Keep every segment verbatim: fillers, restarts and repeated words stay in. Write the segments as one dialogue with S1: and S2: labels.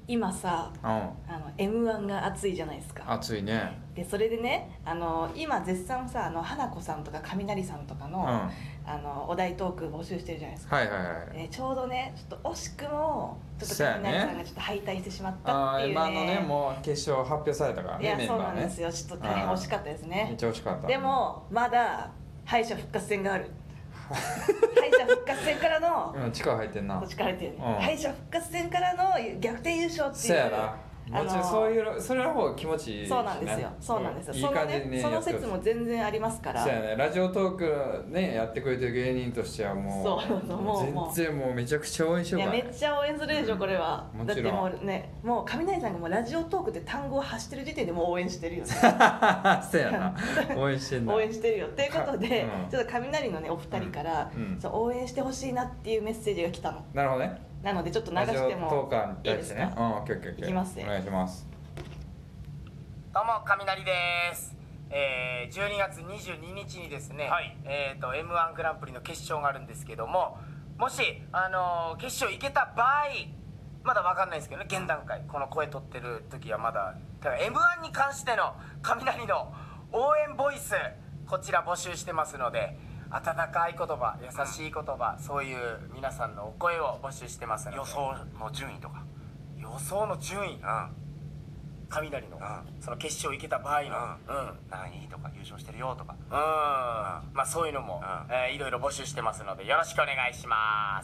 S1: 今さ、
S2: うん、
S1: あの エムワン が熱いじゃないですか。
S2: 熱いね。
S1: でそれでね、あの今絶賛さ、あの花子さんとか雷さんとかの、
S2: うん、
S1: あのお題トーク募集してるじゃないですか。
S2: はいはいはい。
S1: えーちょうどね、ちょっと惜しくもちょっと
S2: そうやね
S1: 雷さんがちょっと敗退してしまった
S2: あ
S1: っていうね。
S2: ー今のね、もう決勝発表されたからね、
S1: いや
S2: メンバーね。
S1: そうなんですよ。ちょっと大変惜しかったです
S2: めっ
S1: ね。
S2: ちゃ惜しかった。
S1: でもまだ敗者復活戦がある。敗者復活戦からの
S2: うん、力入ってんな。
S1: どっちから入ってるね、
S2: うん
S1: 敗者復活戦からの逆転優勝っていう。
S2: そうやな。もちろんそう
S1: う
S2: いうそれの方が気持ちいいし、ね、
S1: そうなんですよ。そうなんですよ。
S2: いい
S1: その
S2: 感じにね、
S1: ね、その
S2: やってほしい
S1: 説も全然ありますから。
S2: そうやね、ラジオトークねやってくれてる芸人としてはもう
S1: そうそうもうもう
S2: 全然もうめちゃくちゃ応援しよ
S1: いうや
S2: から、ね、
S1: めっちゃ応援するでしょこれは。
S2: も
S1: だって
S2: ちろん
S1: もうね、もう雷さんがもうラジオトークって単語を発してる時点でもう応援してるよね。
S2: そうやな、応援してんだ。
S1: 応援してるよということで、
S2: うん
S1: ちょっと雷のねお二人から、
S2: うんうん
S1: そう応援してほしいなっていうメッセージが来たの。
S2: なるほどね。
S1: なのでちょっと流して
S2: ラジオト
S1: も
S2: ーカーに
S1: いい
S2: 対してね。
S1: ですか。
S2: うん、オッケーオッケーオッケー。
S1: いきますね
S2: お願いします。
S3: どうも雷です、えー、じゅうにがつにじゅうににちにですね、はい、えーと エムワン グランプリの決勝があるんですけども、もし、あのー決勝行けた場合、まだ分かんないですけどね、現段階この声取ってる時はまだ。だから エムワン に関しての雷の応援ボイス、こちら募集してますので、温かい言葉、優しい言葉、そういう皆さんのお声を募集してますので。
S4: 予想の順位とか、
S3: 予想の順位、
S4: うん、
S3: 雷の、
S4: うん
S3: その決勝行けた場合の、うん、うん、
S4: 何位とか優勝してるよとか、
S3: まあそういうのも、
S4: うん
S3: えーいろいろ募集してますのでよろしくお願いします。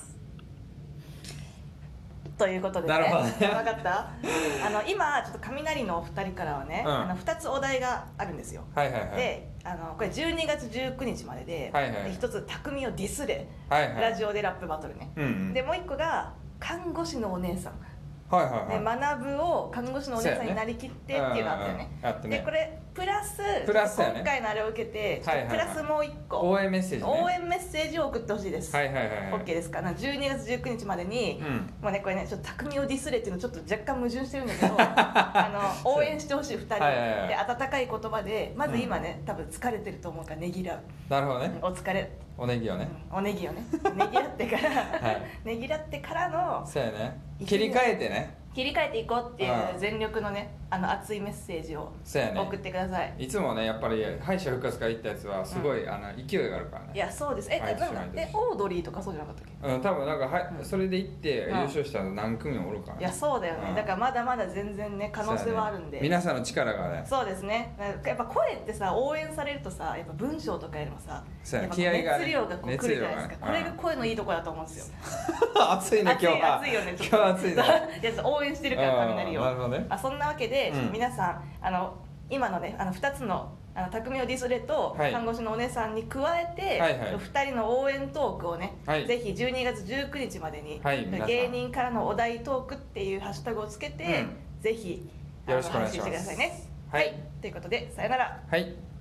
S1: ということでね、
S2: なるほどね
S1: 分かったあの今ちょっと雷のお二人からはね、
S2: うん
S1: あのふたつお題があるんですよ。
S2: はいはいはい。
S1: であのこれじゅうにがつじゅうくにちまでで、
S2: はいはい
S1: で一つ匠をディスれ、
S2: はいはい。
S1: ラジオでラップバトルね、
S2: うんうん。
S1: でもう一個が看護師のお姉さん
S2: はいはい
S1: で
S2: はい。
S1: 学ぶを看護師のお姉さんになりきってっていうのがあったよね。
S2: そうやねうんうんうんあったね
S1: でこれプラス
S2: プラスやね
S1: 今回のあれを受けて、
S2: はいはいはい
S1: プラスもう一個
S2: 応援メッセージね。
S1: 応援メッセージを送ってほしいです。
S2: はいはいはいはい。
S1: OK ですか。なじゅうにがつじゅうくにちまでに、
S2: うん
S1: もうねこれねちょっと匠をディスれっていうのちょっと若干矛盾してるんだけどあの応援してほしいふたり、
S2: はいはいはい
S1: で温かい言葉でまず今ね、多分疲れてると思うからねぎらう、
S2: なるほどね。
S1: お疲れ、
S2: おネギをね。
S1: うんおネギをねねぎらってから、
S2: はい
S1: ねぎらってからの
S2: そうやね。切り替えてね。
S1: 切り替えていこうっていう
S2: うん
S1: 全力のねあの熱いメッセージを
S2: そうやね。
S1: 送ってください。
S2: いつもねやっぱり敗者復活から行ったやつはすごい、あの勢いがあるからね。
S1: いやそうです。え、
S2: はい
S1: なんか
S2: 一緒に
S1: えオードリーとかそうじゃなかったっけ。
S2: うん、多分なんかは、
S1: うん
S2: それで行って優
S1: ん
S2: 勝したら何組もおるから、ね
S1: いやそうだよね、
S2: うん
S1: だからまだまだ全然ね可能性はあるんで、
S2: そうやね皆さんの力がね
S1: そうですね。やっぱ声ってさ応援されるとさやっぱ文章とかよりもさ
S2: そうや
S1: やっぱ
S2: 気合がね
S1: 熱量がこうくるじゃないですか、
S2: 熱量がね
S1: これが声のいいところだと思うんですよ。
S2: 暑いね今日は
S1: 熱いよねちょっと
S2: 今日は暑いね
S1: いや応援してるから雷を。
S2: なるほどね
S1: あそんなわけで、
S2: うん
S1: ちょっと皆さんあの今のねあのふたつのあの匠をディスレと
S2: はい
S1: 看護師のお姉さんに加えて、
S2: はいはい
S1: ふたりの応援トークをね、
S2: はい
S1: ぜひじゅうにがつじゅうくにちまでに、
S2: はい皆さん
S1: 芸人からのお題トークっていうハッシュタグをつけて、
S2: うん
S1: ぜひあの
S2: よろしくお願いします
S1: 発信してくださいね。
S2: はい
S1: ということでさよなら。
S2: はい